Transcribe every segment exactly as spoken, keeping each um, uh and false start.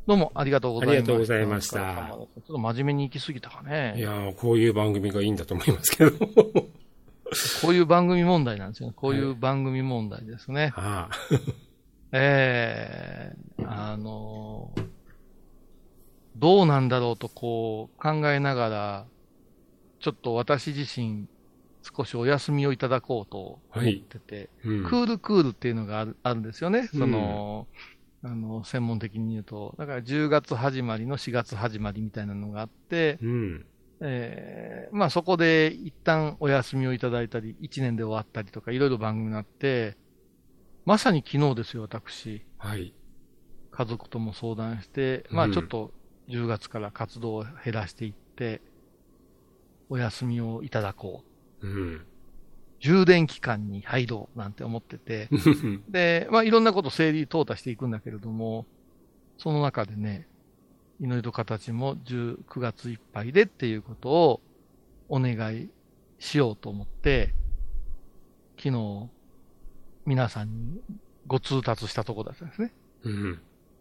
どうもありがとうございました。 ありがとうございました。 ちょっと真面目に行き過ぎたかね。 いやー、こういう番組がいいんだと思いますけど。 こういう番組問題なんですよね。こういう番組問題ですね。 ああええー、あのー、どうなんだろうとこう考えながら、ちょっと私自身少しお休みをいただこうと思ってて、はいうん、クールクールっていうのがあるあるんですよね。その、うん、あの、専門的に言うと。だからじゅうがつ始まりのしがつ始まりみたいなのがあって、うんえー、まあそこで一旦お休みをいただいたり、いちねんで終わったりとかいろいろ番組になって、まさに昨日ですよ、私。 はい。 家族とも相談して、まあちょっとじゅうがつから活動を減らしていって、お休みをいただこう。うん、充電期間に入ろうなんて思ってて、で、まあいろんなこと整理淘汰していくんだけれども、その中でね、祈りと形もじゅうくがついっぱいでっていうことをお願いしようと思って、昨日皆さんにご通達したところだったんですね。うん。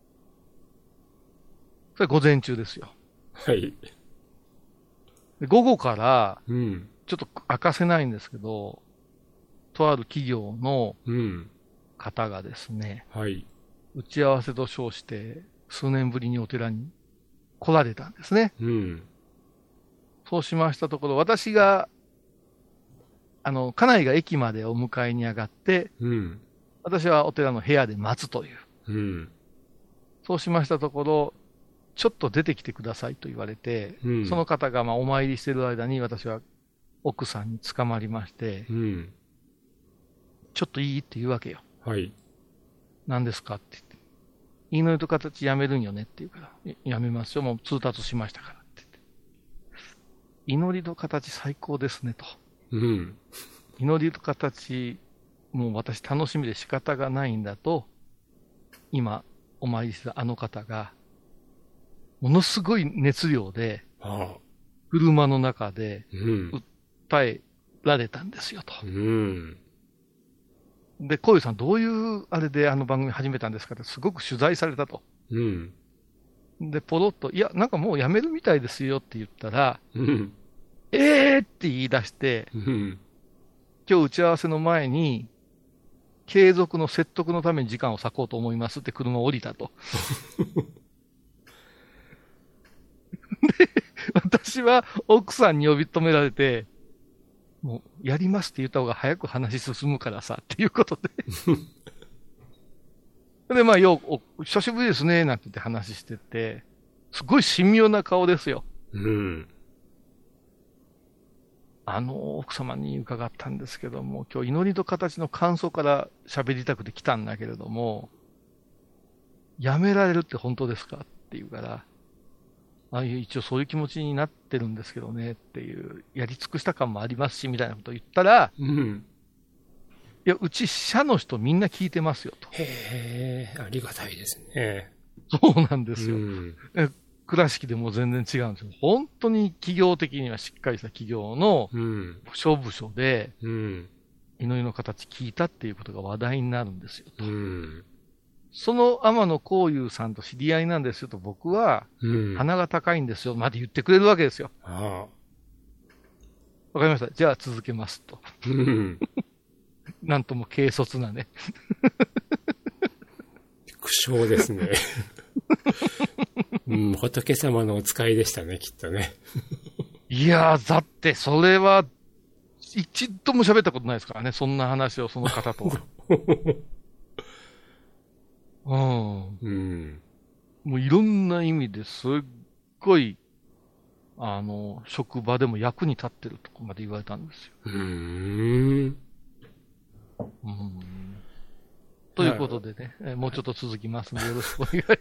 それ午前中ですよ。 はい。 午後から、ちょっと明かせないんですけど、うん、とある企業の方がですね、うんはい、打ち合わせと称して数年ぶりにお寺に来られたんですね。うん、そうしましたところ、私が、あの、家内が駅までお迎えに上がって、うん、私はお寺の部屋で待つという。うん、そうしましたところ、ちょっと出てきてくださいと言われて、うん、その方がまあお参りしている間に私は奥さんに捕まりまして、うん、ちょっといいって言うわけよ。はい。何ですかって言って。祈りと形やめるんよねって言うから、やめますよ。もう通達しましたからって言って。祈りと形最高ですねと。うん、祈りと形、もう私楽しみで仕方がないんだと、今お参りしたあの方が、ものすごい熱量で、車の中で訴えられたんですよと。うん、で、こういうさんどういうあれであの番組始めたんですかってすごく取材されたと。うん、で、ポロッと、いや、なんかもうやめるみたいですよって言ったら、うん、えーって言い出して、うん、今日打ち合わせの前に、継続の説得のために時間を割こうと思いますって車を降りたと。で、私は奥さんに呼び止められて、もう、やりますって言った方が早く話進むからさ、っていうことで。で、まあ、よう、お久しぶりですね、なんて言って話してて、すごい神妙な顔ですよ。うん。あの、奥様に伺ったんですけども、今日祈りと形の感想から喋りたくて来たんだけれども、やめられるって本当ですかって言うから、あ一応そういう気持ちになってるんですけどねっていう、やり尽くした感もありますし、みたいなことを言ったら、うん、いや、うち社の人みんな聞いてますよと。 へえ、ありがたいですね。 そうなんですよ。うん、倉敷でも全然違うんですよ。本当に企業的にはしっかりした企業の部署部署で、うん、祈りの形聞いたっていうことが話題になるんですよと。うんその天野幸雄さんと知り合いなんですよと僕は、鼻が高いんですよ、まで言ってくれるわけですよ。わ、かりました。じゃあ続けますと。うん、なんとも軽率なね。 苦笑ですね。うん、仏様のお使いでしたね、きっとね。 いやー、だってそれは、一度も喋ったことないですからね、そんな話をその方とは。うん。うん。もういろんな意味ですっごい、あの、職場でも役に立ってるとこまで言われたんですよ。うーん。うん。ということでね、えもうちょっと続きますのでよろしくお願いします。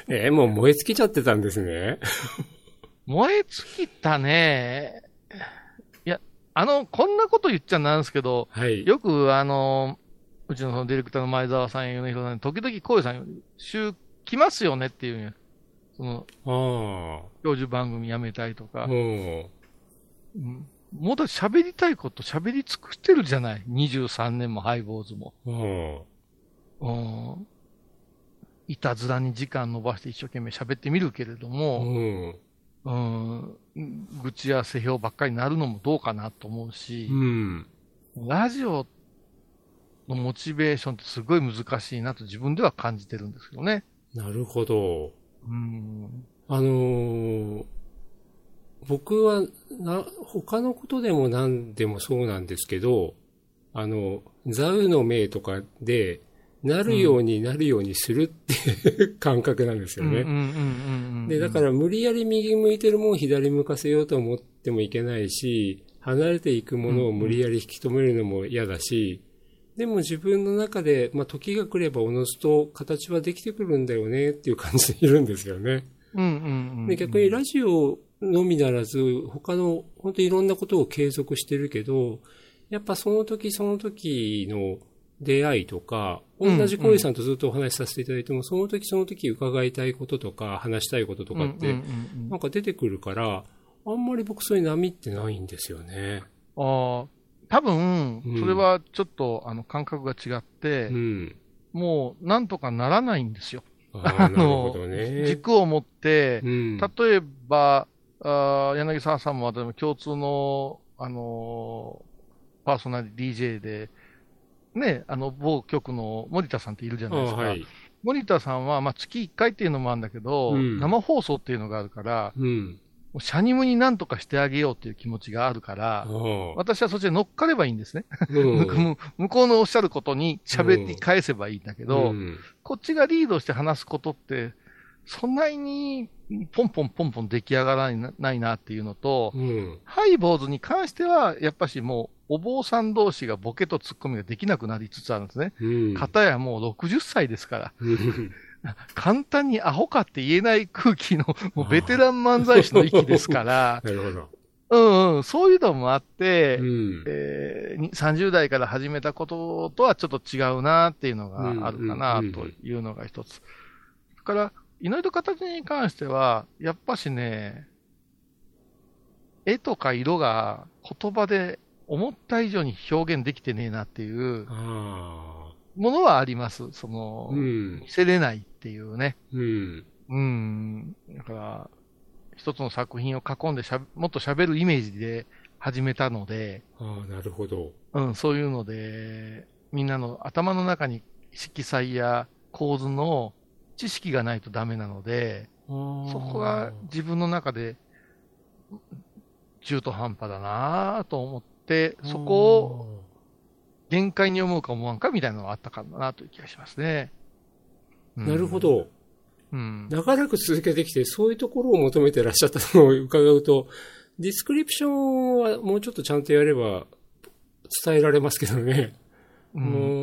えー、もう燃え尽きちゃってたんですね。 燃え尽きたね。いや、あの、こんなこと言っちゃなんですけど、はい、よくあの、うちのそのディレクターの前澤さん、米広さん、時々こういうさん、週来ますよねっていう、その、教授番組やめたいとか、うん、もうだって喋りたいこと喋り尽くしてるじゃない。にじゅうさんねんもハイボーズも。うん、 いたずらに時間伸ばして一生懸命喋ってみるけれども、うん、うん愚痴や世評ばっかりになるのもどうかなと思うし、うん、ラジオのモチベーションってすごい難しいなと自分では感じてるんですけどね。 なるほど。うん、あのー、僕はな、他のことでも何でもそうなんですけど、あの、ザウの命とかで、なるようになるようにするっていう感覚なんですよね。で、だから無理やり右向いてるもんを左向かせようと思ってもいけないし、離れていくものを無理やり引き止めるのも嫌だし、でも自分の中で、まあ、時が来ればおのずと形はできてくるんだよねっていう感じでいるんですよね。で、逆にラジオのみならず、他の本当にいろんなことを継続してるけど、やっぱその時その時の出会いとか、同じ小井さんとずっとお話しさせていただいても、うんうん、その時その時伺いたいこととか、話したいこととかって、なんか出てくるから、あんまり僕そういう波ってないんですよね。 ああ、多分、それはちょっと、うん、あの感覚が違って、うん、もうなんとかならないんですよ。 あの、なるほどね、 軸を持って、うん、例えば、あ柳沢さんも私も共通の、あのー、パーソナリティ ディージェー で、ね、あの、某局の森田さんっているじゃないですか。はい、森田さんは、まあ、月いっかいっていうのもあるんだけど、うん、生放送っていうのがあるから、うん、もうシャニムに何とかしてあげようっていう気持ちがあるから、私はそっちで乗っかればいいんですね。向こうのおっしゃることに喋り返せばいいんだけど、うん、こっちがリードして話すことって、そんなにポンポンポンポン出来上がらないなっていうのと、うん、ハイボーズに関しては、やっぱしもう、お坊さん同士がボケとツッコミができなくなりつつあるんですね。うん、片やもうろくじゅっさいですから。簡単にアホかって言えない空気のもうベテラン漫才師の域ですから。 なるほど。 うんうん、そういうのもあって、うんえー、さんじゅう代から始めたこととはちょっと違うなっていうのがあるかなというのが一つ。それから、祈りと形に関しては、やっぱしね、絵とか色が言葉で思った以上に表現できてねえなっていうものはあります。その、うん、見せれないっていうね。うん。うん。だから、一つの作品を囲んでしゃもっと喋るイメージで始めたので。 ああ、なるほど。 うん、そういうので、みんなの頭の中に色彩や構図の知識がないとダメなので、そこが自分の中で中途半端だなぁと思って、そこを限界に思うか思わんかみたいなのがあったかなという気がしますね。 うん、なるほど。うん、長らく続けてきて、そういうところを求めてらっしゃったのを伺うと、ディスクリプションはもうちょっとちゃんとやれば伝えられますけどね。 うん、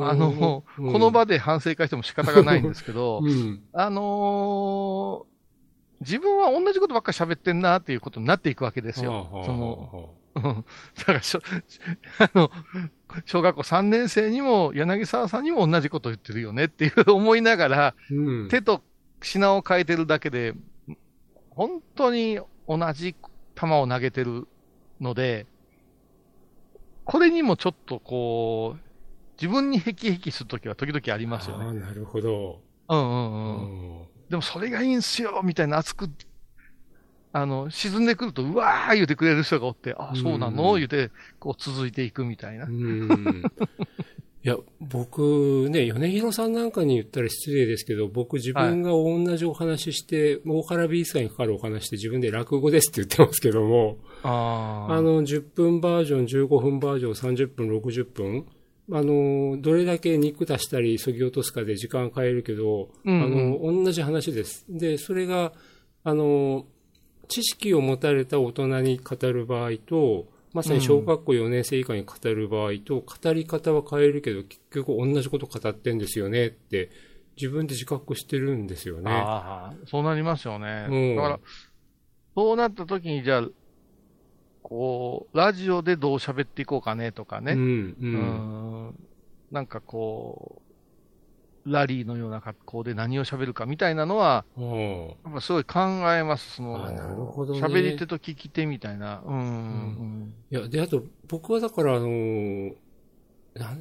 あの、うん、この場で反省会しても仕方がないんですけど、うん、あのー、自分は同じことばっかり喋ってんなっていうことになっていくわけですよ。はあはあ、その、だからしょ、あの、小学校さんねん生にも柳沢さんにも同じこと言ってるよねっていう思いながら、うん、手と品を変えてるだけで、本当に同じ球を投げてるので、これにもちょっとこう、自分にヘキヘキするときは時々ありますよね。 ああ、なるほど。 うんうんうん。うん、でもそれがいいんすよみたいな熱く、あの、沈んでくると、うわー言うてくれる人がおって、あ、そうなの言うて、こう続いていくみたいな。うんいや、僕ね、米広さんなんかに言ったら失礼ですけど、僕自分が同じお話しして、はい、大原美術館にかかるお話して自分で落語ですって言ってますけども、あ, あの、じゅっぷんバージョン、じゅうごふんバージョン、さんじゅっぷん、ろくじゅっぷん、あの、どれだけ肉足したり、そぎ落とすかで時間変えるけど、うんうん、あの、同じ話です。で、それが、あの、知識を持たれた大人に語る場合と、まさに小学校よねん生以下に語る場合と、語り方は変えるけど、結局同じこと語ってんですよねって、自分で自覚してるんですよね。 ああ、そうなりますよね。うん、だから、そうなった時に、じゃあ、こう、ラジオでどう喋っていこうかねとかね。うん、うん、うんなんかこう、ラリーのような格好で何を喋るかみたいなのは、やっぱすごい考えます。その、 なるほどね。 喋り手と聞き手みたいな。うん。うん、いや、で、あと、僕はだから、あの、なん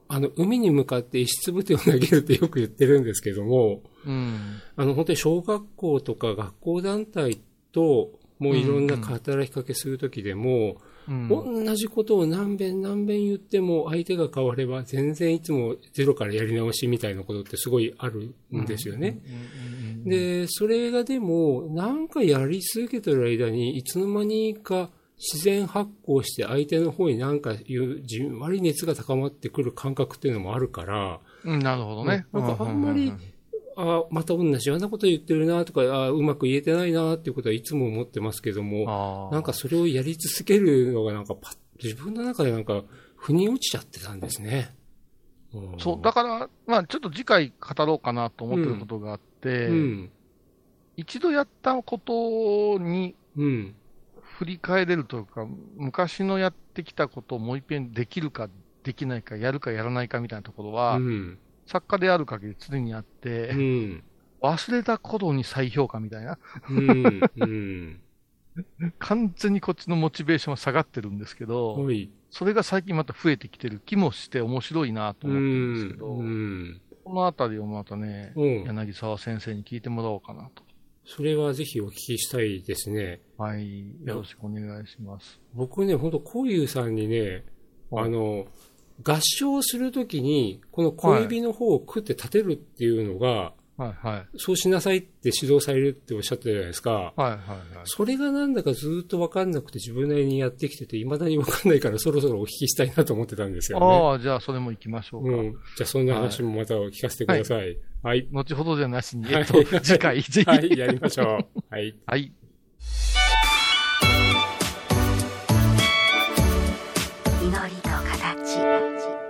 あの、海に向かって石つぶてを投げるってよく言ってるんですけども、うん、あの、本当に小学校とか学校団体と、もういろんな働きかけするときでも、うんうん、同じことを何遍何遍言っても相手が変われば全然いつもゼロからやり直しみたいなことってすごいあるんですよね。で、それがでもなんかやり続けてる間にいつの間にか自然発酵して相手の方になんかいうじんわり熱が高まってくる感覚っていうのもあるから、 うん、なるほどね。 なんかあんまり、あまた同じようなこと言ってるなとか、あうまく言えてないなっていうことはいつも思ってますけども、なんかそれをやり続けるのがなんかパッ、自分の中でなんか腑に落ちちゃってたんですね。 そう、だから、まあちょっと次回語ろうかなと思ってることがあって、うんうん、一度やったことに振り返れるというか、昔のやってきたことをもう一遍できるかできないか、やるかやらないかみたいなところは、うん作家である限り常にあって、うん、忘れた頃に再評価みたいな、うんうん、完全にこっちのモチベーションは下がってるんですけど、それが最近また増えてきてる気もして面白いなと思ってるんですけど、うんうん、このあたりをまたね、うん、柳沢先生に聞いてもらおうかなと。 それはぜひお聞きしたいですね。 はい。よろしくお願いします。 僕ね、ほんと、こういうさんにね、あの、合唱するときに、この小指の方をクって立てるっていうのが、はいはい、そうしなさいって指導されるっておっしゃったじゃないですか。はいはいはい、それがなんだかずっとわかんなくて自分なりにやってきてて、未だにわかんないからそろそろお聞きしたいなと思ってたんですよね。 ああ、じゃあそれも行きましょうか。うん。 じゃあそんな話もまた聞かせてください。はい。はい、 後ほどじゃなしに、えっと、次回ぜひ。 はい、やりましょう。はい。 はい。 祈りと形。